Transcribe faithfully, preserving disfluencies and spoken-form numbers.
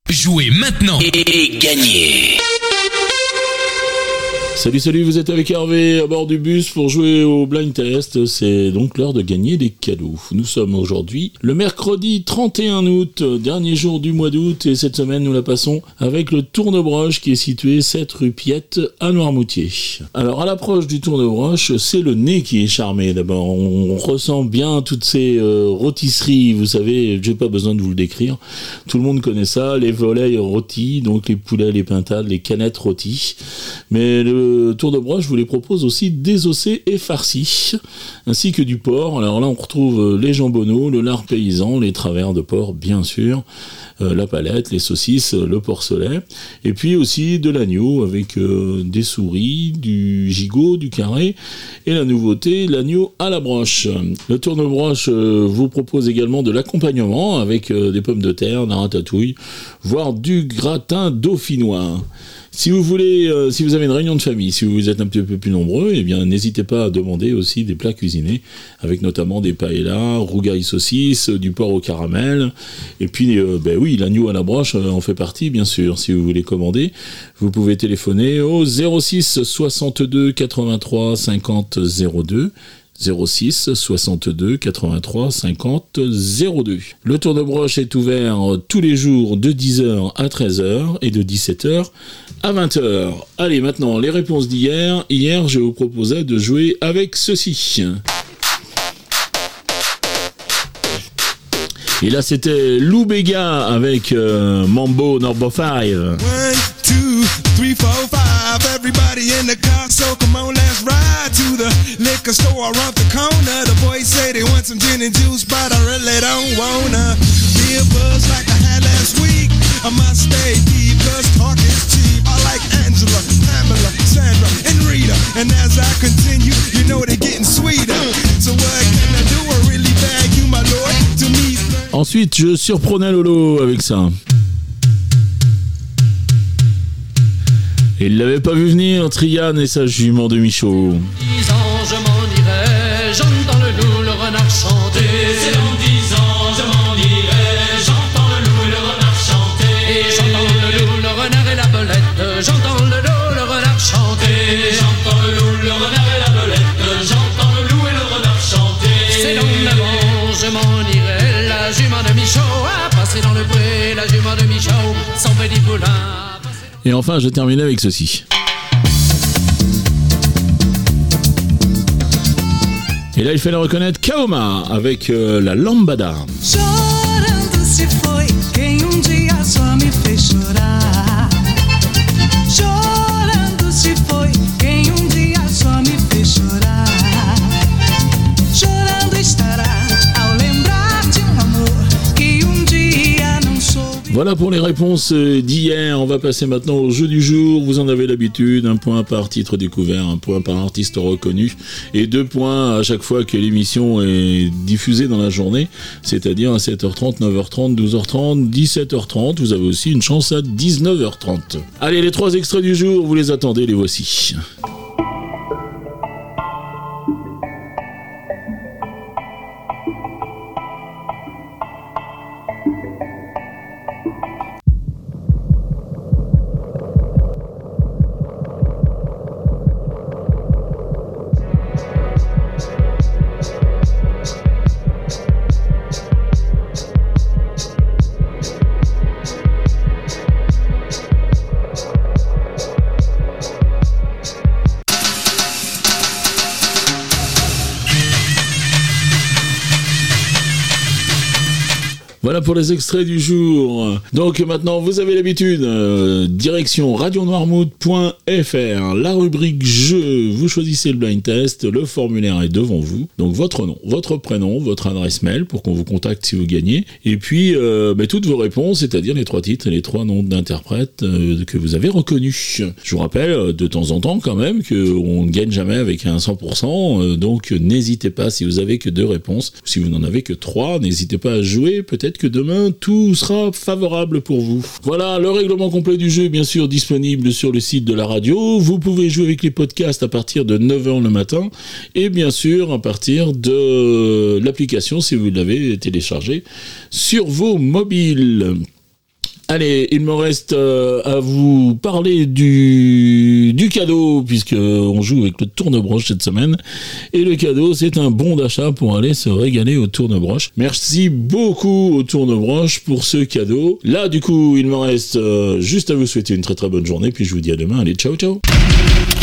Jouez maintenant et, et gagnez. Salut, salut, vous êtes avec Hervé à bord du bus pour jouer au blind test. C'est donc l'heure de gagner des cadeaux. Nous sommes aujourd'hui le mercredi trente et un août, dernier jour du mois d'août, et cette semaine nous la passons avec le Tournebroche qui est situé sept rue Piette à Noirmoutier. Alors à l'approche du Tournebroche, c'est le nez qui est charmé d'abord. On ressent bien toutes ces euh, rôtisseries, vous savez, j'ai pas besoin de vous le décrire. Tout le monde connaît ça, les volailles rôtis, donc les poulets, les pintades, les canettes rôties. Mais le Le Tournebroche vous les propose aussi désossés et farcis, ainsi que du porc. Alors là, on retrouve les jambonneaux, le lard paysan, les travers de porc, bien sûr, euh, la palette, les saucisses, le porcelet, et puis aussi de l'agneau avec euh, des souris, du gigot, du carré, et la nouveauté, l'agneau à la broche. Le Tournebroche euh, vous propose également de l'accompagnement avec euh, des pommes de terre, de la ratatouille, voire du gratin dauphinois. Si vous voulez, euh, si vous avez une réunion de famille, si vous êtes un petit peu plus nombreux, eh bien n'hésitez pas à demander aussi des plats cuisinés, avec notamment des paellas, rougailles saucisses, du porc au caramel, et puis euh, ben oui, l'agneau à la broche euh, en fait partie, bien sûr. Si vous voulez commander, vous pouvez téléphoner au zéro six soixante-deux quatre-vingt-trois cinquante zéro deux. zéro six soixante-deux quatre-vingt-trois cinquante zéro deux. Le Tournebroche est ouvert tous les jours de dix heures à treize heures et de dix-sept heures à vingt heures. Allez, maintenant, les réponses d'hier. Hier, je vous proposais de jouer avec ceci. Et là, c'était Lou Bega avec euh, Mambo Number five. One, two, three, four, five. Everybody in the car, so come on, let's ride to the liquor store around the corner. The boys say they want some gin and juice, but I really don't wanna be a buzz like I had last week. I must stay deep, cause talk is cheap. I like Angela, Pamela, Sandra, and Rita. And as I continue, you know they're getting sweeter. So what can I do? I really bag you, my lord, to me. Ensuite, je surprenais Lolo avec ça. Et il l'avait pas vu venir, Trian et sa jument de Michaud. Dix ans, je m'en irai, j'entends le loup, le renard chanter. C'est dans dix ans, je m'en irai, j'entends le loup et le renard chanter. Et j'entends le loup, le renard et la belette, j'entends le loup, le renard chanter. J'entends le loup, le renard et la belette, j'entends le loup et le renard chanter. C'est dans l'avant, je m'en irai, la jument de Michaud a passé dans le pré, la jument de Michaud, son petit poulain. Et enfin, je terminais avec ceci. Et là, il fallait reconnaître Kaoma avec euh, la lambada. Chorando se foi quem um dia só me fez chorar. Chorando se foi quem um dia só me fez chorar. Chorando estará ao lembrar de um amor que um dia não soube. Voilà pour les réponses d'hier. On va passer maintenant au jeu du jour. Vous en avez l'habitude, un point par titre découvert, un point par artiste reconnu et deux points à chaque fois que l'émission est diffusée dans la journée, c'est-à-dire à sept heures trente, neuf heures trente, douze heures trente, dix-sept heures trente. Vous avez aussi une chance à dix-neuf heures trente. Allez, les trois extraits du jour, vous les attendez, les voici. Voilà pour les extraits du jour. Donc maintenant, vous avez l'habitude, euh, direction radio noirmouth point f r, la rubrique jeu, vous choisissez le blind test, le formulaire est devant vous. Donc votre nom, votre prénom, votre adresse mail pour qu'on vous contacte si vous gagnez. Et puis euh, bah, toutes vos réponses, c'est-à-dire les trois titres et les trois noms d'interprètes euh, que vous avez reconnus. Je vous rappelle de temps en temps quand même qu'on ne gagne jamais avec un cent pour cent, euh, donc n'hésitez pas, si vous avez que deux réponses, ou si vous n'en avez que trois, n'hésitez pas à jouer, peut-être que demain tout sera favorable pour vous. Voilà, le règlement complet du jeu est bien sûr disponible sur le site de la radio. Vous pouvez jouer avec les podcasts à partir de neuf heures le matin et bien sûr à partir de l'application si vous l'avez téléchargée sur vos mobiles. Allez, il me reste euh, à vous parler du, du cadeau, puisque on joue avec le tournebroche cette semaine. Et le cadeau, c'est un bon d'achat pour aller se régaler au tournebroche. Merci beaucoup au tournebroche pour ce cadeau. Là, du coup, il me reste euh, juste à vous souhaiter une très très bonne journée, puis je vous dis à demain. Allez, ciao ciao.